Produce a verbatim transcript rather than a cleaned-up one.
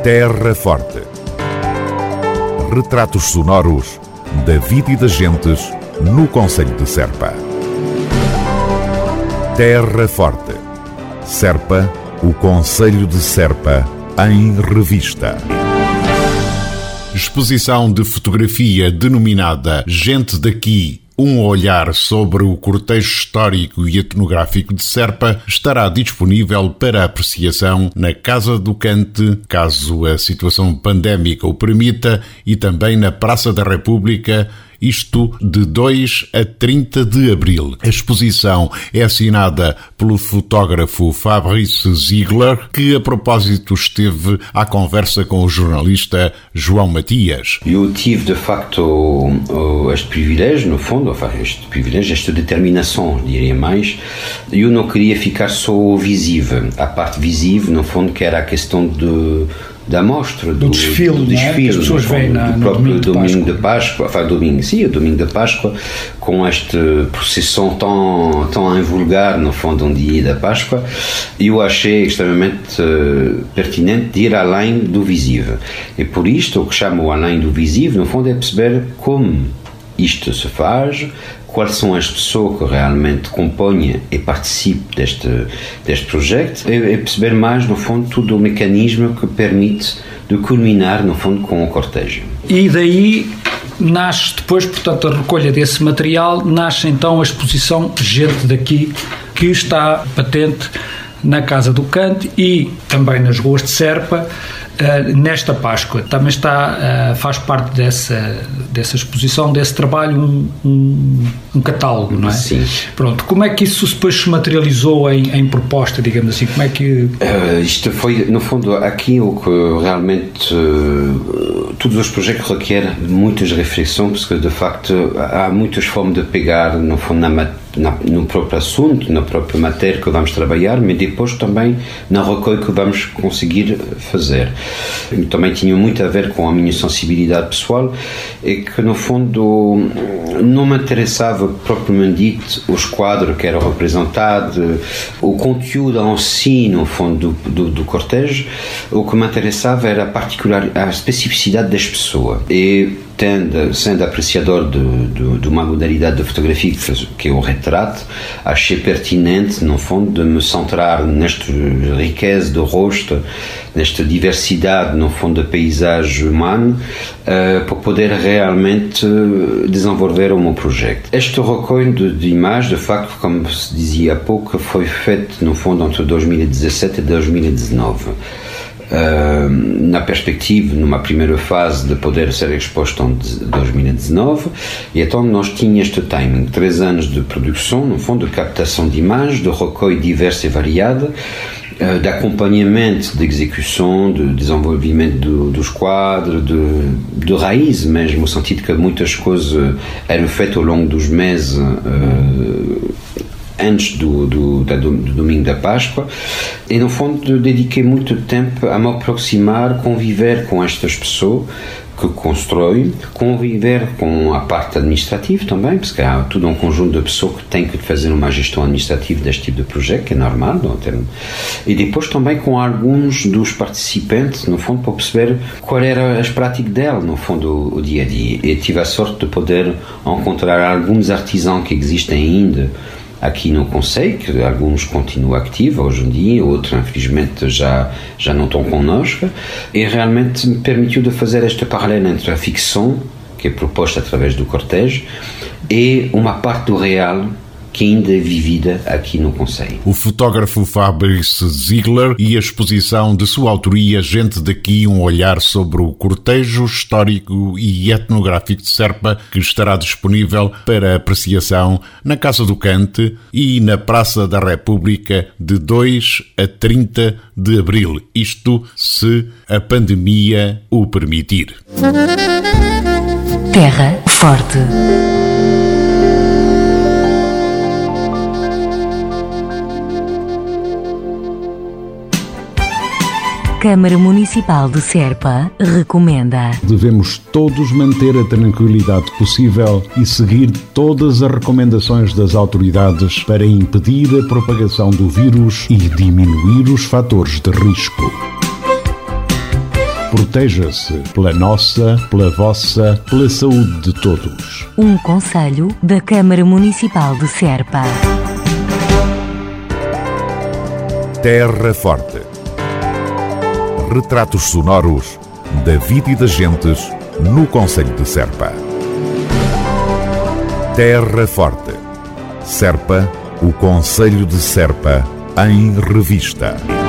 Terra Forte. Retratos sonoros da vida e das gentes no concelho de Serpa. Terra Forte. Serpa, o concelho de Serpa, em revista. Exposição de fotografia denominada Gente daqui, um olhar sobre o cortejo histórico e etnográfico de Serpa estará disponível para apreciação na Casa do Cante, caso a situação pandémica o permita, e também na Praça da República, isto de dois a trinta de abril. A exposição é assinada pelo fotógrafo Fabrice Ziegler, que a propósito esteve à conversa com o jornalista João Matias. Eu tive de facto este privilégio, no fundo, este privilégio, esta determinação, diria mais. Eu não queria ficar só visível. A parte visível, no fundo, que era a questão de da mostra, do, do desfile, do, desfile, é? As pessoas do, veem do, na, do próprio domingo de Páscoa, enfin, domingo, sim, o domingo de Páscoa, com esta procissão tão, tão invulgar, no fundo, um dia da Páscoa. Eu achei extremamente uh, pertinente de ir além do visível. E por isto, o que chamo além do visível, no fundo, é perceber como isto se faz, quais são as pessoas que realmente compõem e participam deste, deste projeto, e perceber mais, no fundo, todo o mecanismo que permite de culminar, no fundo, com o cortejo. E daí nasce depois, portanto, a recolha desse material, nasce então a exposição Gente daqui, que está patente na Casa do Cante e também nas ruas de Serpa, Uh, nesta Páscoa. Também está, uh, faz parte dessa, dessa exposição, desse trabalho, um, um, um catálogo, não é? Sim. Pronto, como é que isso depois se materializou em, em proposta, digamos assim? Como é que... Uh, isto foi, no fundo, aqui o que realmente uh, todos os projetos requerem muitas reflexões, porque de facto há muitas formas de pegar, no fundo, na matéria, Na, no próprio assunto, na própria matéria que vamos trabalhar, mas depois também na recolha que vamos conseguir fazer. E também tinha muito a ver com a minha sensibilidade pessoal, e que no fundo não me interessava propriamente dito os quadros que eram representados, o conteúdo em si, no fundo, do, do, do cortejo. O que me interessava era a particular, a especificidade das pessoas. E Tendo, sendo apreciador de, de, de uma modalidade de fotografia que é o retrato, achei pertinente, no fundo, de me centrar nesta riqueza do rosto, nesta diversidade, no fundo, da paisagem humana, uh, para poder realmente desenvolver o meu projeto. Este recolho de, de imagens, de facto, como se dizia há pouco, foi feito, no fundo, entre dois mil e dezassete e dois mil e dezenove. Uh, na perspectiva, numa primeira fase, de poder ser exposto em dois mil e dezenove, e então nós tínhamos este timing, três anos de produção, no fundo, de captação de imagens, de recolho diverso e variado, uh, de acompanhamento, de execução, de desenvolvimento do, dos quadros, de, de raiz mesmo, no sentido que muitas coisas eram feitas ao longo dos meses uh, antes do, do, da, do domingo da Páscoa, e no fundo dediquei muito tempo a me aproximar, conviver com estas pessoas que constroem, conviver com a parte administrativa também, porque há todo um conjunto de pessoas que têm que fazer uma gestão administrativa deste tipo de projeto, que é normal, não termo. E depois também com alguns dos participantes, no fundo, para perceber qual era as práticas dela, no fundo, o, o dia a dia. E tive a sorte de poder encontrar alguns artesãos que existem ainda aqui no concelho, que alguns continuam ativos hoje em dia, outros infelizmente já, já não estão connosco, e realmente me permitiu de fazer este paralelo entre a ficção, que é proposta através do cortejo, e uma parte do real que ainda é vivida aqui no concelho. O fotógrafo Fabrice Ziegler e a exposição de sua autoria Gente daqui, um olhar sobre o cortejo histórico e etnográfico de Serpa, que estará disponível para apreciação na Casa do Cante e na Praça da República de dois a trinta de abril, isto se a pandemia o permitir. Terra Forte. Câmara Municipal de Serpa recomenda: devemos todos manter a tranquilidade possível e seguir todas as recomendações das autoridades para impedir a propagação do vírus e diminuir os fatores de risco. Proteja-se pela nossa, pela vossa, pela saúde de todos. Um conselho da Câmara Municipal de Serpa. Terra Forte. Retratos sonoros da vida e das gentes no concelho de Serpa. Terra Forte. Serpa, o concelho de Serpa, em revista.